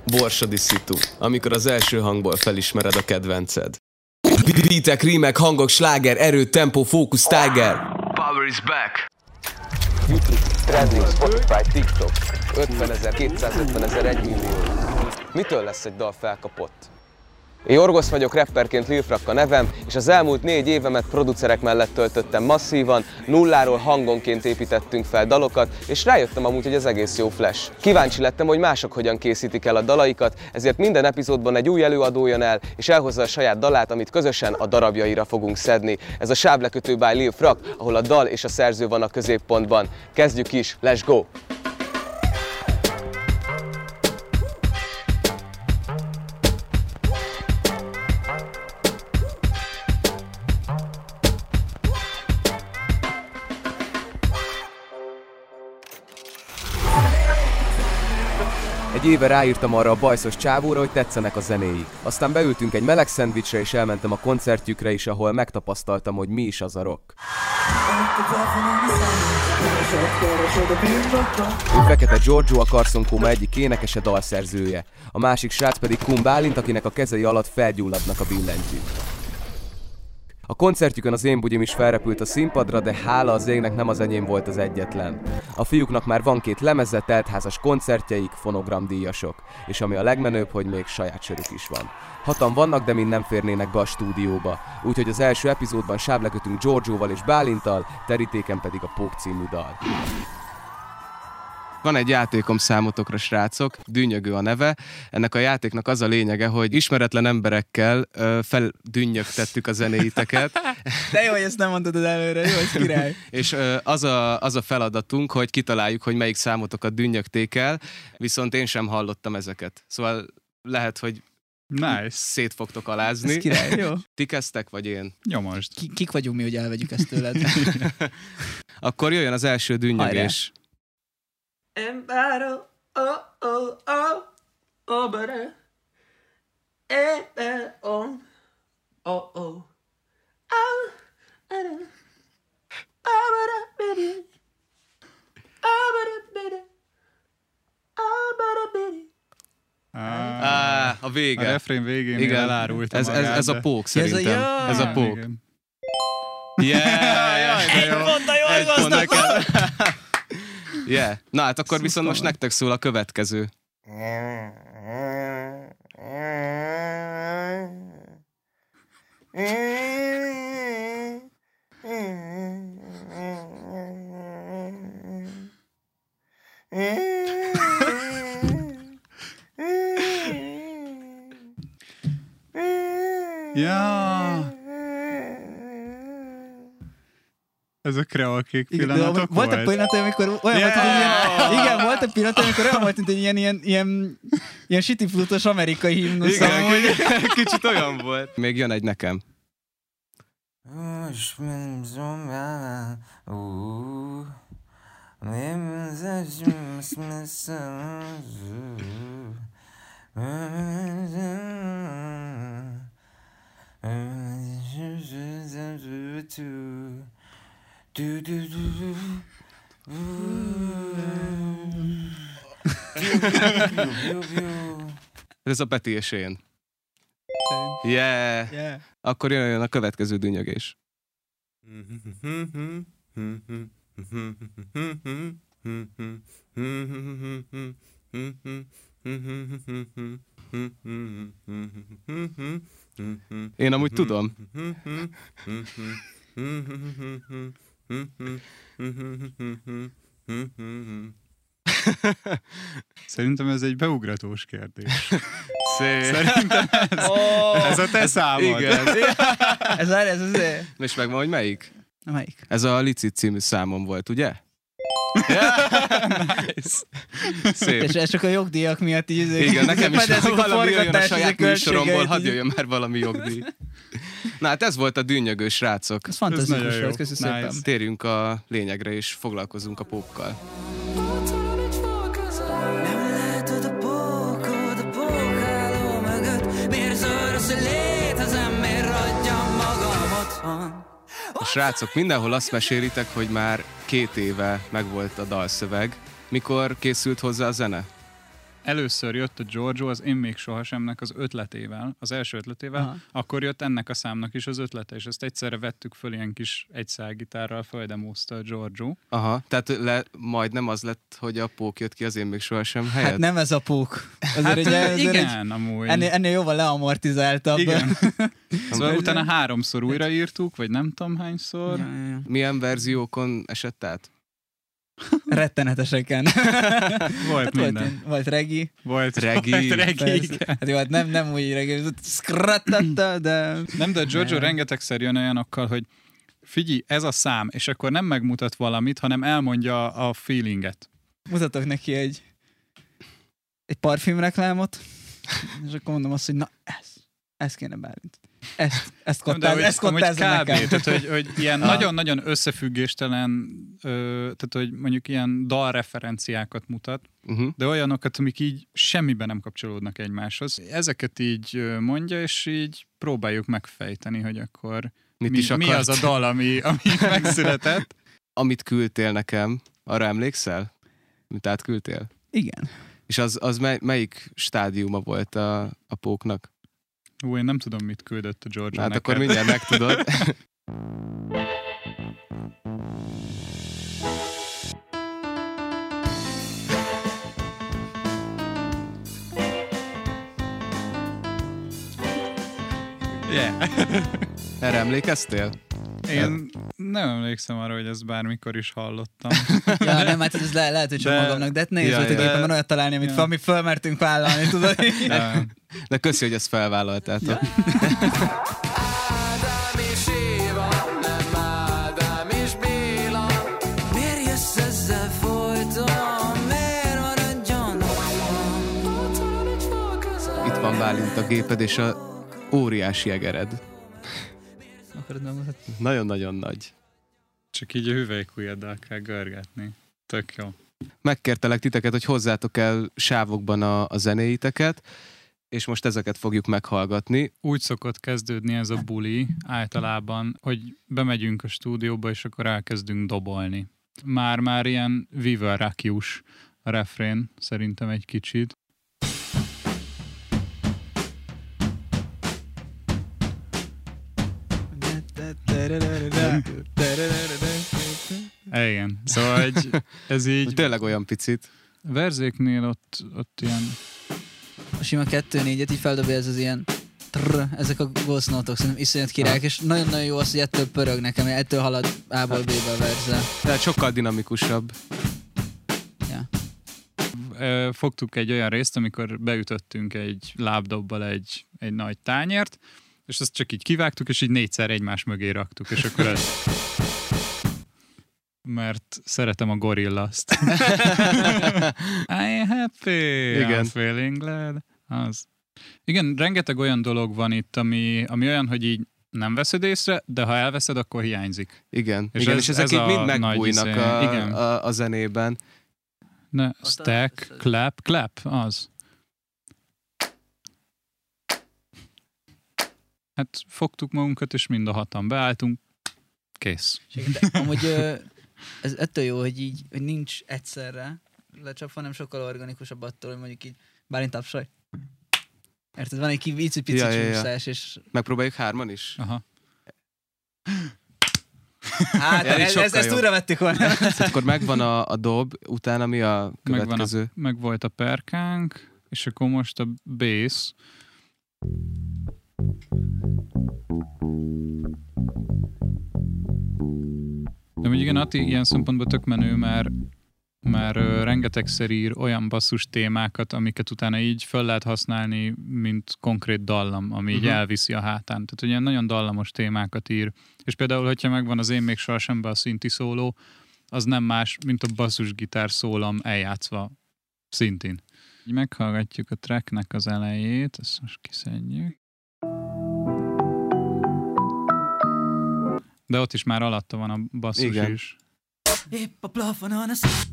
Borsodi szitu, amikor az első hangból felismered a kedvenced. Beatek, rímek, hangok, sláger, erő, tempó, fókusz, tiger. Power is back. YouTube, Trending, Spotify, TikTok, 50 000, 250 000, 1 millió. Mitől lesz egy dal felkapott? Én Jorgosz vagyok, rapperként Lil Frak a nevem, és az elmúlt 4 évemet producerek mellett töltöttem masszívan, nulláról hangonként építettünk fel dalokat, és rájöttem amúgy, hogy ez egész jó flash. Kíváncsi lettem, hogy mások hogyan készítik el a dalaikat, ezért minden epizódban egy új előadó jön el, és elhozza a saját dalát, amit közösen a darabjaira fogunk szedni. Ez a Sávlekötő by Lil Frak, ahol a dal és a szerző van a középpontban. Kezdjük is, let's go! Egy éve ráírtam arra a bajszos csávóra, hogy tetszenek a zenéik. Aztán beültünk egy meleg szendvicsre, és elmentem a koncertjükre is, ahol megtapasztaltam, hogy mi is az a rock. Ő Fekete Giorgio, a Carson Coma egyik énekese, dalszerzője. A másik srác pedig Kun Bálint, akinek a kezei alatt felgyulladnak a billentyűk. A koncertjükön az én bugyim is felrepült a színpadra, de hála az égnek nem az enyém volt az egyetlen. A fiúknak már van 2 lemeze, teltházas koncertjeik, fonogramdíjasok. És ami a legmenőbb, hogy még saját sörük is van. 6-an vannak, de mind nem férnének be a stúdióba. Úgyhogy az első epizódban sávlekötünk Giorgioval és Bálinttal, terítéken pedig a Pók című dal. Van egy játékom számotokra, srácok, Dünnyögő a neve. Ennek a játéknak az a lényege, hogy ismeretlen emberekkel feldünnyögtettük a zenéiteket. De jó, hogy ezt nem mondtad előre, jó, ez király. És az a feladatunk, hogy kitaláljuk, hogy melyik számotokat dünnyögték el, viszont én sem hallottam ezeket. Szóval lehet, hogy nice. Szét fogtok alázni. Ez király, jó. Ti kezdtek, vagy én? Nyomosd. Kik vagyunk mi, hogy elvegyük ezt tőled? Akkor jöjjön az első dünnyögés. In battle, but a vége. A refrén végén elárult. Ez a Pók szerintem. Ez a Pók. Egy pont a Jorgosznak van! Yeah. Na hát akkor viszont most nektek szól a következő. Ja. Ez a kreolkék pillanatok volt. Volt a pillanat, amikor olyan volt, hogy ilyen... Igen, volt a pillanat, amikor olyan volt, mint egy ilyen sitiflutos amerikai himnusz. Igen, kicsit olyan volt. Még jön egy nekem. Ez a Peti és én. Yeah. Akkor jön a következő dünnyögés. Én amúgy tudom. Szerintem ez egy beugratós kérdés. Szép. Szerintem ez a te számod. Igen. Ez az. És megvan, hogy melyik? Melyik? Ez a Licit című számom volt, ugye? Nice. Szép. És ez csak a jogdíjak miatt így... Igen, nekem is valami jön a saját műsoromból, hadd jöjjön már valami jogdíj. Na hát ez volt a dünnyögő, srácok. Ez fantasztikus volt, köszönöm szépen. Térjünk a lényegre és foglalkozunk a pókkal. A srácok, mindenhol azt mesélitek, hogy már 2 éve megvolt a dalszöveg. Mikor készült hozzá a zene? először jött a Giorgio az Én még sohasemnek az ötletével, az első ötletével, Aha. akkor jött ennek a számnak is az ötlete, és ezt egyszerre vettük föl ilyen kis egyszálgitárral, földemózta a Giorgio. Aha, tehát majdnem az lett, hogy a pók jött ki az Én még sohasem helyett. Hát nem ez a pók. Hát igen, amúgy. Ennél jóval leamortizáltabb. Igen. Szóval utána 3-szor újraírtuk, vagy nem tudom hányszor. Ja. Milyen verziókon esett át? Retteneteseken. Volt minden. Volt regi. Volt Regi. igen. Hát jó, hát nem úgy regi, skrattatta, de... Nem, de a Giorgio rengetegszer jön olyanokkal, hogy figyelj, ez a szám, és akkor nem megmutat valamit, hanem elmondja a feelinget. Mutatok neki egy parfümreklámot, és akkor mondom azt, hogy na ez kéne Bálint. Ezt kottázza nekem. Tehát, hogy ilyen nagyon-nagyon összefüggéstelen, tehát, hogy mondjuk ilyen dalreferenciákat mutat, de olyanokat, amik így semmiben nem kapcsolódnak egymáshoz. Ezeket így mondja, és így próbáljuk megfejteni, hogy akkor mi az a dal, ami megszületett. Amit küldtél nekem, arra emlékszel? Amit átküldtél? Igen. És az melyik stádiuma volt a póknak? Én nem tudom, mit küldött a Giorgio Hát neked. akkor mindjárt megtudod. Yeah. Erre emlékeztél? Én nem emlékszem arra, hogy ezt bármikor is hallottam. Ja, nem, hát ez lehet, hogy csak magamnak, de nehéz volt a gépen olyat találni, amit fölmertünk vállalni, tudod? De köszi, hogy ezt felvállaltátok. Ja. Ádám és Éva, nem Ádám és Béla. Miért jössz ezzel folyton? Miért maradjon otthon? Itt van Bálint a géped és a óriási egered. Akarod megmutatni? Nagyon-nagyon nagy. Csak így a hüvelykujjaddal kell görgetni. Tök jó. Megkértelek titeket, hogy hozzátok el sávokban a zenéiteket, és most ezeket fogjuk meghallgatni. Úgy szokott kezdődni ez a buli általában, hogy bemegyünk a stúdióba, és akkor elkezdünk dobolni. Már ilyen Viva Rakius a refrén, szerintem egy kicsit. Igen, szóval ez így... Tényleg olyan picit. Verzéknél ott ilyen... A sima 2-4-et így feldobja ez az ilyen ezek a ghost note-ok, szerintem iszonyat királyok, és nagyon-nagyon jó az, hogy ettől pörög nekem, ettől halad A-ból B-be a verze. Tehát sokkal dinamikusabb. Ja. Fogtuk egy olyan részt, amikor beütöttünk egy lábdobbal egy nagy tányért, és azt csak így kivágtuk, és így 4-szer egymás mögé raktuk, és akkor ez... Mert szeretem a Gorillast. I'm happy, igen. I'm feeling glad. Az. Igen, rengeteg olyan dolog van itt, ami olyan, hogy így nem veszed észre, de ha elveszed, akkor hiányzik. Igen, és, igen, és ezek így mind megbújnak a zenében. Stack, clap, az. Hát fogtuk magunkat, és mind a 6-an beálltunk. Kész. De amúgy ez ettől jó, hogy nincs egyszerre lecsapva, hanem sokkal organikusabb attól, hogy mondjuk így Bálint tapsolj. Érted? Van egy icipici csúszás, és... Megpróbáljuk 3-an is? Aha. Hát, ezt újra vettük volna. Akkor megvan a dob, utána mi a következő? Meg volt a perkánk, és akkor most a bass. De mondjuk igen, Ati ilyen szempontból tök menő, mert rengetegszer ír olyan basszus témákat, amiket utána így föl lehet használni, mint konkrét dallam, ami így elviszi a hátán. Tehát ugye nagyon dallamos témákat ír. És például, hogyha megvan az Én még sohasemben a szinti szóló, az nem más, mint a basszusgitár szólam eljátszva szintén. Így meghallgatjuk a tracknek az elejét, ezt most kiszedjük. De ott is már alatta van a basszus igen. is. Épp a plafonon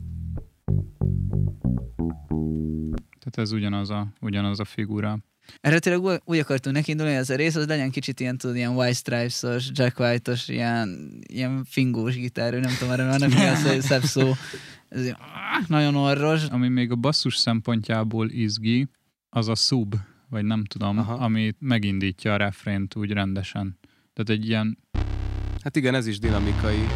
Tehát ez ugyanaz a figura. Erre tényleg úgy akartunk neki indulni, hogy ez a rész, az legyen kicsit ilyen, tudod, ilyen White Stripes-os, Jack White-os, ilyen fingós gitárú, nem tudom, arra vannak mi az, hogy szebb szó. ez nagyon orros. Ami még a basszus szempontjából izgi, az a sub, vagy nem tudom, ami megindítja a refrént úgy rendesen. Tehát egy ilyen... Hát igen, ez is dinamikai.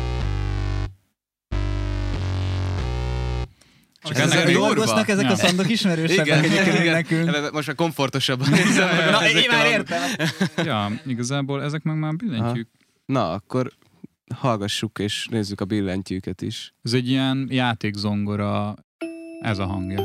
Csak ennek Jorgosznak ezek a szandok ismerősebbek egyébként nekünk. Most már komfortosabban érzem meg. Na, én már értem. Ja, igazából ezek meg már billentyűk. Na, akkor hallgassuk és nézzük a billentyűket is. Ez egy ilyen játékzongora, ez a hangja.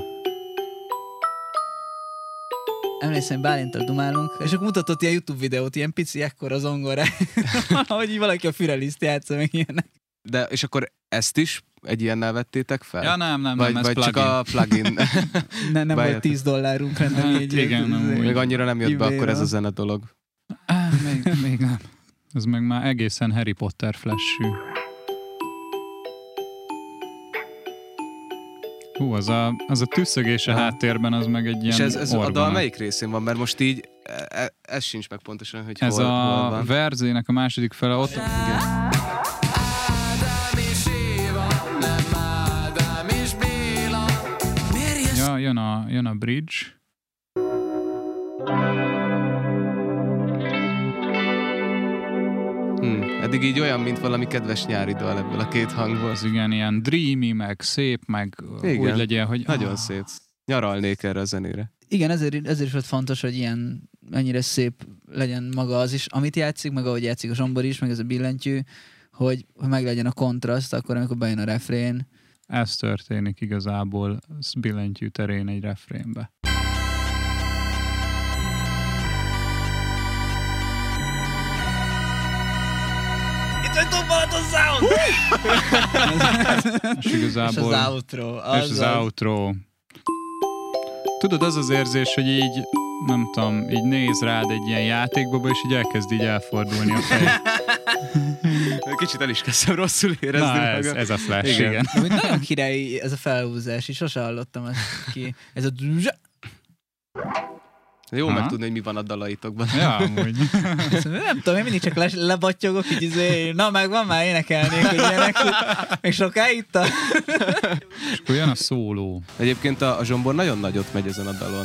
Emlékszem, hogy Bálinttal dumálunk, és akkor mutatott ilyen YouTube videót, ilyen pici ekkora zongora, hogy így valaki a Füreliszt játsza, meg ilyenek. De, és akkor ezt is egy ilyennel vettétek fel? Ja, nem, ez vagy plugin. Csak a plugin. Nem volt $10 rendben így. Igen, még annyira nem jött be akkor ez a zene dolog. Még nem. Ez meg már egészen Harry Potter flash-ű. Hú, az a tüsszögés a háttérben, az meg egy ilyen és ez orgona. a dal melyik részén van? Mert most így ez sincs meg pontosan, hogy ez hol a van. verzének a második fele ott. Igen. Ádám és Éva, nem Ádám és Béla. Ja, jön a bridge. Eddig így olyan, mint valami kedves nyári dal ebből a két hangból. Az igen, ilyen dreamy, meg szép, meg igen, úgy legyen, hogy... Nagyon szép. Nyaralnék erre a zenére. Igen, ezért is volt fontos, hogy ilyen ennyire szép legyen maga az is, amit játszik, meg ahogy játszik a zsombor is, meg ez a billentyű, hogy meg legyen a kontraszt, akkor amikor bejön a refrén. Ez történik igazából billentyű terén egy refrénbe. Itt vagy dombalatos sound! És igazából... És az outro. És az outro. Tudod, az az érzés, hogy így, nem tudom, így néz rád egy ilyen játékba, és így elkezd így elfordulni a fej. Kicsit el is kezdtem rosszul érezni. Na, ez a flash, igen. Nagyon király ez a felhúzás, és sose hallottam ezt ki. Ez a... Jó megtudni, hogy mi van a dalaitokban. Ja, amúgy. Nem tudom, én mindig csak lebattyogok, így na megvan, már énekelnék, hogy ilyenek. Még sokáig itt a... És akkor jön a szóló. Egyébként a zsombor nagyon nagyot megy ezen a dalon.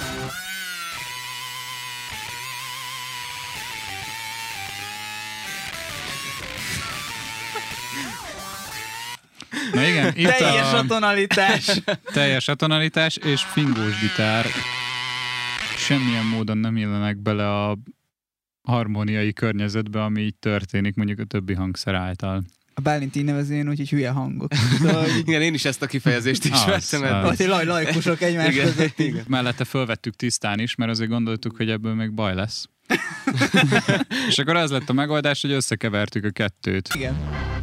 Na igen, itt teljes a tonalitás. Teljes a tonalitás és fingós gitár. Semmilyen módon nem illenek bele a harmóniai környezetbe, ami így történik mondjuk a többi hangszer által. A Bálint így nevezi én, úgyhogy hülye hangok. Igen, én is ezt a kifejezést ismertem. Hogy lajkusok egymás között. Mellette fölvettük tisztán is, mert azért gondoltuk, hogy ebből még baj lesz. És akkor az lett a megoldás, hogy összekevertük a kettőt. Igen.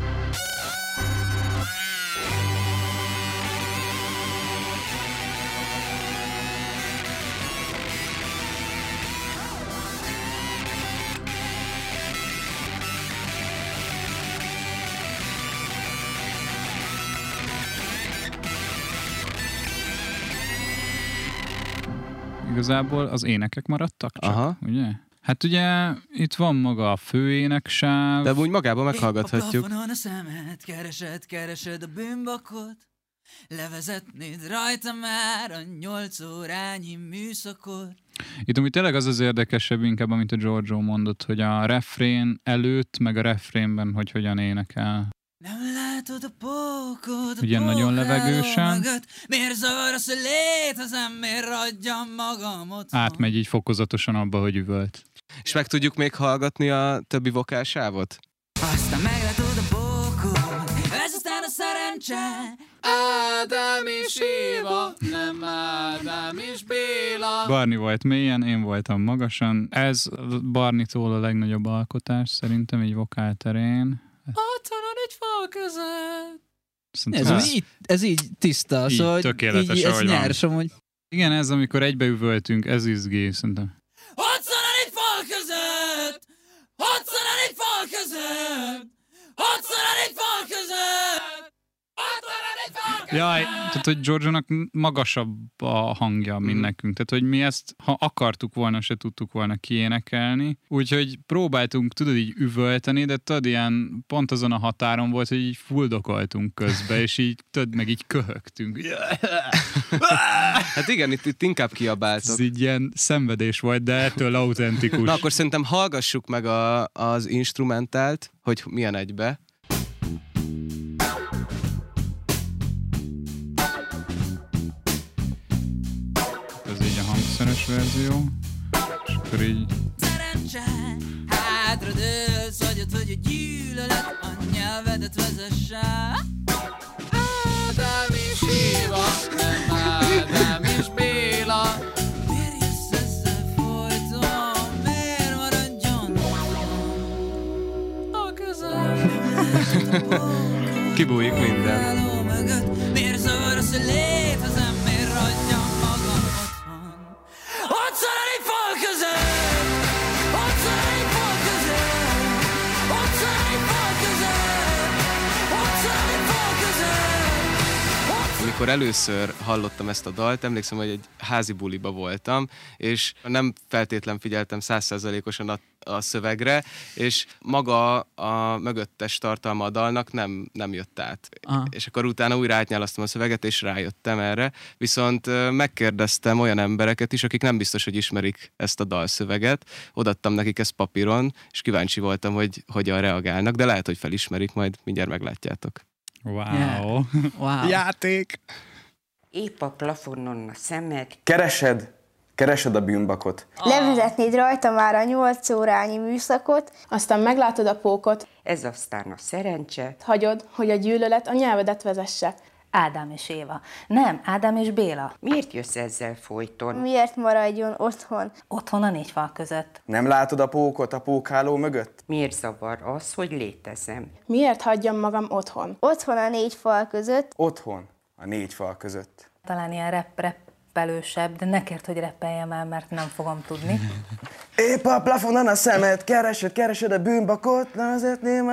Igazából az énekek maradtak csak, aha. Ugye? Hát ugye itt van maga a főéneksáv. De úgy magában meghallgathatjuk. A plafonon a szemed, keresed a bűnbakot, levezetnéd rajta már a 8 órányi műszakot. Itt amúgy tényleg az érdekesebb inkább, amit a Giorgio mondott, hogy a refrén előtt, meg a refrénben, hogy hogyan énekel. Nem látod a pókod, a ugye nagyon levegősen. Mögött. Miért zavarsz, hogy létezem, miért adjam magam otthon? Átmegy így fokozatosan abba, hogy üvölt. És meg tudjuk még hallgatni a többi vokálsávot? Aztán meglátod a pókod, ez aztán a szerencse. Ádám és Éva, nem Ádám és Béla. Barni volt mélyen, én voltam magasan. Ez Barnitól a legnagyobb alkotás szerintem így vokál terén. Ott van egy fal között. Ez így tiszta, így szóval tökéletes, így, ez nyers amúgy. Igen, ez amikor egybeüvöltünk, ez izgi, szerintem. Ott van egy fal között! Ott van egy fal között! Ott van egy fal között! Ott van egy fal között! Jaj, tehát, hogy Giorgionak magasabb a hangja, mint nekünk. Tehát, hogy mi ezt, ha akartuk volna, se tudtuk volna kiénekelni. Úgyhogy próbáltunk, tudod, így üvölteni, de tudod, ilyen pont azon a határon volt, hogy így fuldokoltunk közbe, és így, tudod, meg így köhögtünk. Hát igen, itt inkább kiabáltok. Ez így ilyen szenvedés volt, de ettől autentikus. Na akkor szerintem hallgassuk meg az instrumentált, hogy milyen egybe. Ez így a hangszeres verzió. És akkor így... Szerencse, hátradőlsz, hagyod, hogy a gyűlölet a nyelvedet vezesse. Ádám és Éva, nem Ádám és Béla. Miért jössz ezzel folyton? Miért maradjon a közöm? Kibújik minden. Miért zavarsz, hogy létezem? Miért hagyjam magam otthon? Ott szól a négy fal között! Ott szól a négy fal között! Ott szól a négy fal között! Ott szól a négy fal között! Amikor először hallottam ezt a dalt, emlékszem, hogy egy házi buliba voltam, és nem feltétlen figyeltem 100%-osan a szövegre, és maga a mögöttes tartalma a dalnak nem jött át. Aha. És akkor utána újra átnyálasztom a szöveget, és rájöttem erre. Viszont megkérdeztem olyan embereket is, akik nem biztos, hogy ismerik ezt a dalszöveget. Odaadtam nekik ezt papíron, és kíváncsi voltam, hogy hogyan reagálnak, de lehet, hogy felismerik, majd mindjárt meglátjátok. Wow. Yeah. Wow. Játék! Épp a plafonon a szemed. Keresed a bűnbakot. Levezetnéd rajta már a 8 órányi műszakot, Aztán meglátod a pókot, Ez aztán a szerencse. hagyod, hogy a gyűlölet a nyelvedet vezesse. Ádám és Éva. Nem, Ádám és Béla. Miért jössz ezzel folyton? miért maradjon otthon. Otthon a négy fal között. Nem látod a pókot a pókháló mögött? Miért zavar az, hogy létezem? Miért hagyjam magam otthon? Otthon a 4 fal között, Otthon, a 4 fal között. Talán ilyen reppelősebb, de ne kérd, hogy reppeljem el, mert nem fogom tudni. Épp a plafonon a szemed, keresed a bűnbakot, azért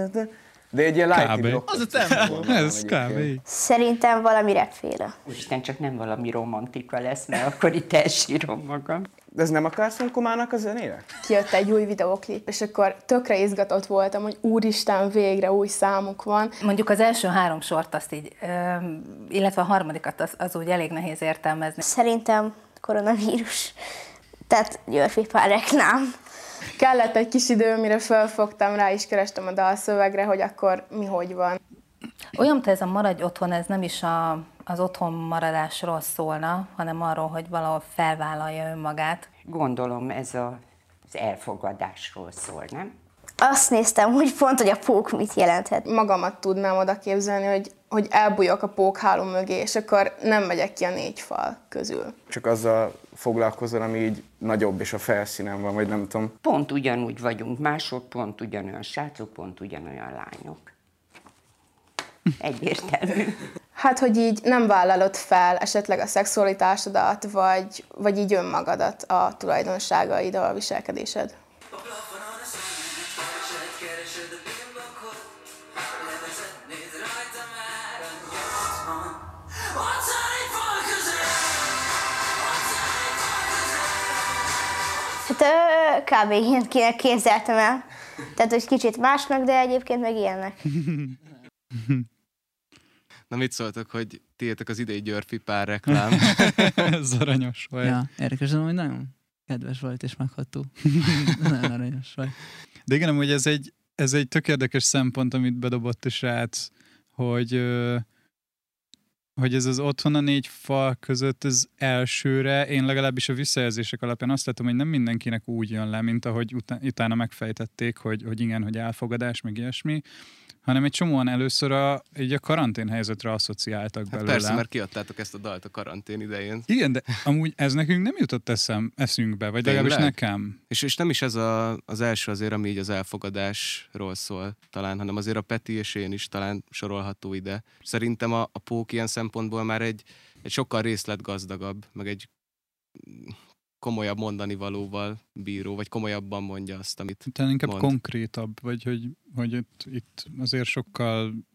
de egy ilyen light rock. Az a tempo. Ez kb. szerintem valami repféle. Úristen, csak nem valami romantika lesz, mert akkor itt elsírom magam. De ez nem a Carson Kumának a zenére? Kijött egy új videóklip, és akkor tökre izgatott voltam, hogy úristen, végre új számuk van. Mondjuk az első 3 sort azt így, illetve a harmadikat az úgy elég nehéz értelmezni. Szerintem koronavírus. Tehát Györfi Pál reklám. Kellett egy kis idő, mire fölfogtam, rá is kerestem a dalszövegre, hogy akkor mi hogy van. Olyan, mint ez a maradj otthon, ez nem is az otthon maradásról szólna, hanem arról, hogy valahol felvállalja önmagát. Gondolom ez az elfogadásról szól, nem? Azt néztem, hogy pont, hogy a pók mit jelenthet. Magamat tudnám oda képzelni, hogy elbújok a pókháló mögé, és akkor nem megyek ki a 4 fal közül. Csak azzal foglalkozol, ami így nagyobb és a felszínen van, vagy nem tudom. Pont ugyanúgy vagyunk mások, pont ugyanolyan srácok, pont ugyanolyan lányok. Egyértelmű. Hát, hogy így nem vállalod fel esetleg a szexualitásodat, vagy így önmagadat, a tulajdonságaiddal, a viselkedésed. Hát kb. Ilyenkinek képzeltem el. Tehát, hogy kicsit másnak, de egyébként meg ilyennek. Na mit szóltok, hogy tiétek az idei Györfi Pál reklám? Ez aranyos vagy. Ja, érdekes, hogy nagyon kedves volt és megható. Nagyon aranyos vagy. De igen, amúgy ez egy tök érdekes szempont, amit bedobott a srác, hogy ez az otthon a 4 fal között az elsőre, én legalábbis a visszajelzések alapján azt látom, hogy nem mindenkinek úgy jön le, mint ahogy utána megfejtették, hogy igen, hogy elfogadás, meg ilyesmi, hanem egy csomóan először így a karantén helyzetre asszociáltak belőle. Persze, mert kiadtátok ezt a dalt a karantén idején. Igen, de amúgy ez nekünk nem jutott eszünkbe, vagy legalábbis nekem. És nem is ez az első azért, ami így az elfogadásról szól talán, hanem azért a Peti és én is talán sorolható ide. Szerintem a pók ilyen szempontból már egy sokkal részletgazdagabb, meg egy komolyabb mondani valóval bíró, vagy komolyabban mondja azt, amit talán inkább mond. konkrétabb, vagy hogy itt azért sokkal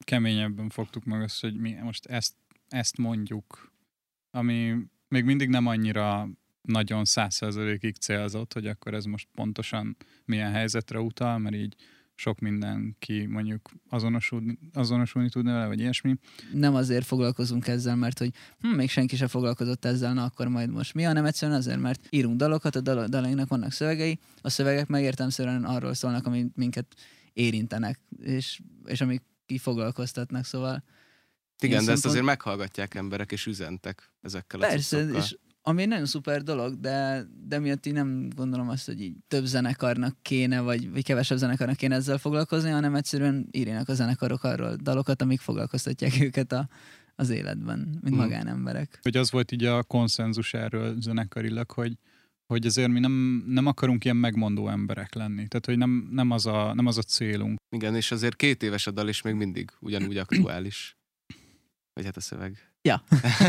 keményebben fogtuk meg azt, hogy mi most ezt mondjuk, ami még mindig nem annyira nagyon 100%-ig célzott, hogy akkor ez most pontosan milyen helyzetre utal, mert így sok mindenki mondjuk azonosulni tudna vele, vagy ilyesmi. Nem azért foglalkozunk ezzel, mert hogy még senki sem foglalkozott ezzel, na akkor majd most mi, hanem egyszerűen azért, mert írunk dalokat, a dalainknak vannak szövegei, a szövegek meg értelemszerűen arról szólnak, ami minket érintenek, és amik foglalkoztatnak, szóval... Igen, de ezt azért meghallgatják emberek, és üzentek ezekkel a cuccokkal. Persze, és ami egy nagyon szuper dolog, de miatt így nem gondolom azt, hogy így több zenekarnak kéne, vagy kevesebb zenekarnak kéne ezzel foglalkozni, hanem egyszerűen írjanak a zenekarok arról dalokat, amik foglalkoztatják őket az életben, mint magánemberek. Hogy az volt így a konszenzus erről zenekarilag, hogy azért mi nem akarunk ilyen megmondó emberek lenni. Tehát, hogy nem az a célunk. Igen, és azért 2 éves a dal is még mindig ugyanúgy aktuális. Vagy hát a szöveg. Ja.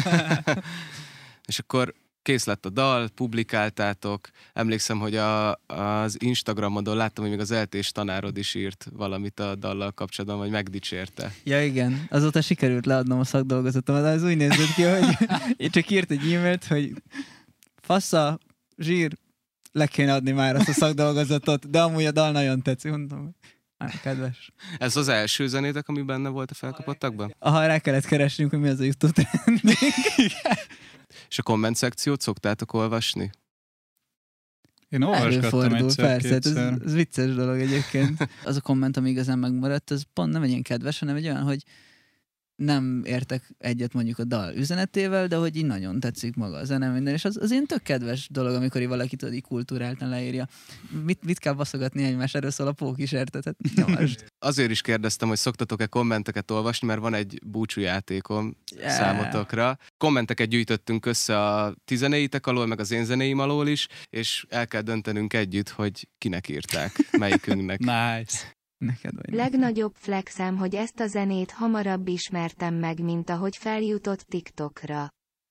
És akkor kész lett a dal, publikáltátok. Emlékszem, hogy az Instagramodon láttam, hogy még az eltés tanárod is írt valamit a dallal kapcsolatban, vagy megdicsérte. Ja, igen. Azóta sikerült leadnom a szakdolgozatomat, de az úgy nézett ki, hogy én csak írt egy e-mailt, hogy fassa, zsír, le kéne adni már azt a szakdolgozatot, de amúgy a dal nagyon tetszik. Mondtam, kedves. Ez az első zenétek, ami benne volt a felkapottakban? Aha, rá kellett keresnünk, hogy mi az a YouTube trending. És a komment szekciót szoktátok olvasni? Én olvasgattam egyszer-kétszer. Ez vicces dolog egyébként. Az a komment, ami igazán megmaradt, az pont nem egy ilyen kedves, hanem egy olyan, hogy nem értek egyet mondjuk a dal üzenetével, de hogy így nagyon tetszik maga a zene, minden, és az ilyen tök kedves dolog, amikor így valaki tudod, így kultúráltan leírja. Mit kell baszogatni egymás, erről szól a pókísértet. Azért is kérdeztem, hogy szoktatok-e kommenteket olvasni, mert van egy búcsújátékom számotokra. Kommenteket gyűjtöttünk össze a ti zenéitek alól, meg az én zenéim alól is, és el kell döntenünk együtt, hogy kinek írták, melyikünknek. Nice. Legnagyobb flexem, hogy ezt a zenét hamarabb ismertem meg, mint ahogy feljutott TikTokra.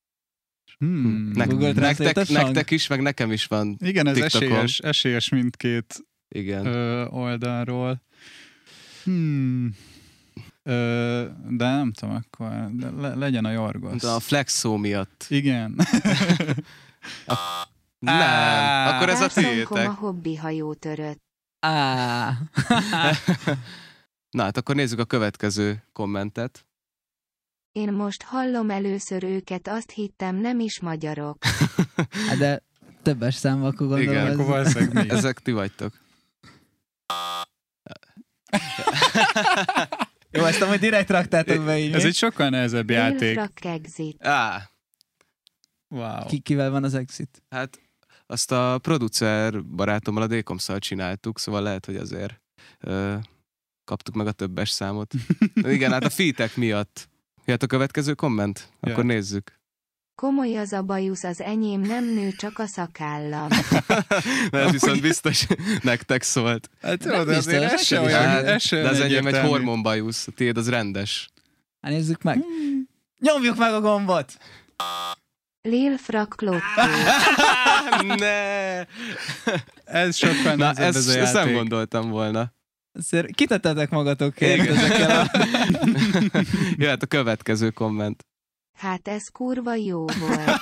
Nektek is, meg nekem is van. Igen, ez esélyes mindkét igen. Oldalról. De nem tudom, akkor legyen a Jorgosz. De a flexó miatt. Igen. Nem, akkor ez a tiétek. A hobbi hajó törött. Na hát akkor nézzük a következő kommentet. Én most hallom először őket, azt hittem, nem is magyarok. De többes számmal akkor gondolom. Igen, akkor valószínűleg mi. Ezek ti vagytok. Jó, ezt amúgy direkt raktátok be így. Ez egy sokkal nehezebb játék. Wow. Kivel van az exit? Hát azt a producer barátommal, a D-Comszal csináltuk, szóval lehet, hogy azért kaptuk meg a többes számot. Igen, hát a featek miatt. Jöhet a következő komment? Akkor nézzük. Komoly az a bajusz, az enyém nem nő, csak a szakállam. Ez viszont biztos nektek szólt. Hát jó, de azért ez se olyan. De az enyém egy hormonbajusz, a tiéd az rendes. Hát nézzük meg. Nyomjuk meg a gombot! Lil Fraklotto. Ne! Ez sokkal nehezebb ez a játék. Ezt nem gondoltam volna. Azért kitettetek magatokért ezekkel a... Jöhet a következő komment. Hát ez kurva jó volt.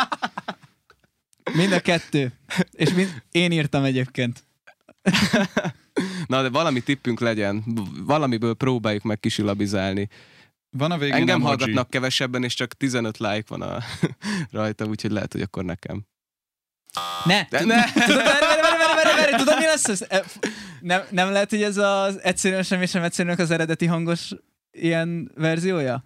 Mind a kettő. És én írtam egyébként. Na, de valami tippünk legyen. Valamiből próbáljuk meg kisilabizálni. Van a végén engem hallgatnak kevesebben, és csak 15 like van rajta, úgyhogy lehet, hogy akkor nekem. Ne! Tudod, mi lesz ez? Nem lehet, hogy ez az egyszerűen semmi sem egyszerűen az eredeti hangos ilyen verziója?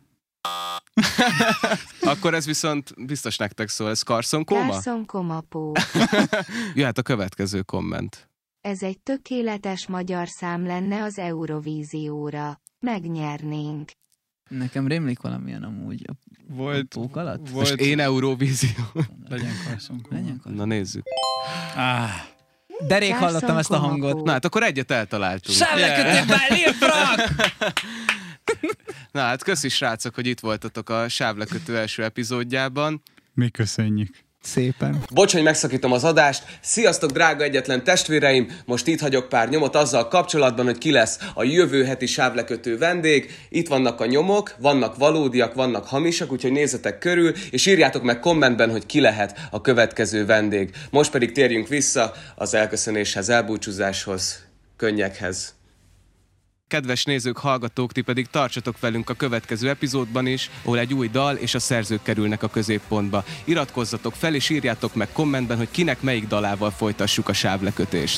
Akkor ez viszont biztos nektek szól. Ez Carson Coma? Carson Coma Pó. Jöhet a következő komment. Ez egy tökéletes magyar szám lenne az Eurovízióra. Megnyernénk. Nekem rémlik valamilyen amúgy a pók alatt. Most én Eurovízió. Legyen Carson Coma. Na nézzük. De rég hallottam ezt a hangot. Na hát akkor egyet eltaláltunk. Sávlekötőben, Lil Frak! Na hát köszi srácok, hogy itt voltatok a Sávlekötő első epizódjában. Mi köszönjük. Szépen. Bocs, hogy megszakítom az adást. Sziasztok, drága egyetlen testvéreim! Most itt hagyok pár nyomot azzal kapcsolatban, hogy ki lesz a jövő heti sávlekötő vendég. Itt vannak a nyomok, vannak valódiak, vannak hamisak, úgyhogy nézzetek körül, és írjátok meg kommentben, hogy ki lehet a következő vendég. Most pedig térjünk vissza az elköszönéshez, elbúcsúzáshoz, könnyekhez. Kedves nézők, hallgatók, ti pedig tartsatok velünk a következő epizódban is, ahol egy új dal és a szerzők kerülnek a középpontba. Iratkozzatok fel és írjátok meg kommentben, hogy kinek melyik dalával folytassuk a sávlekötést.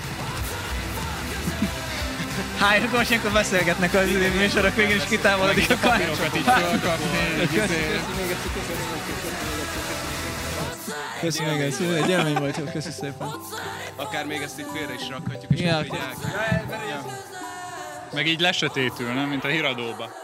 Hány, akkor most ilyenkor beszélgetnek az műsorok, végül is kitávolodik a papírokat így fölkapni. Köszönöm még egyszer, egy élmény volt, jó, köszi szépen. Akár még ezt így félre is rakhatjuk, és ja, Meg így lesötétül, nem? Mint a híradóba.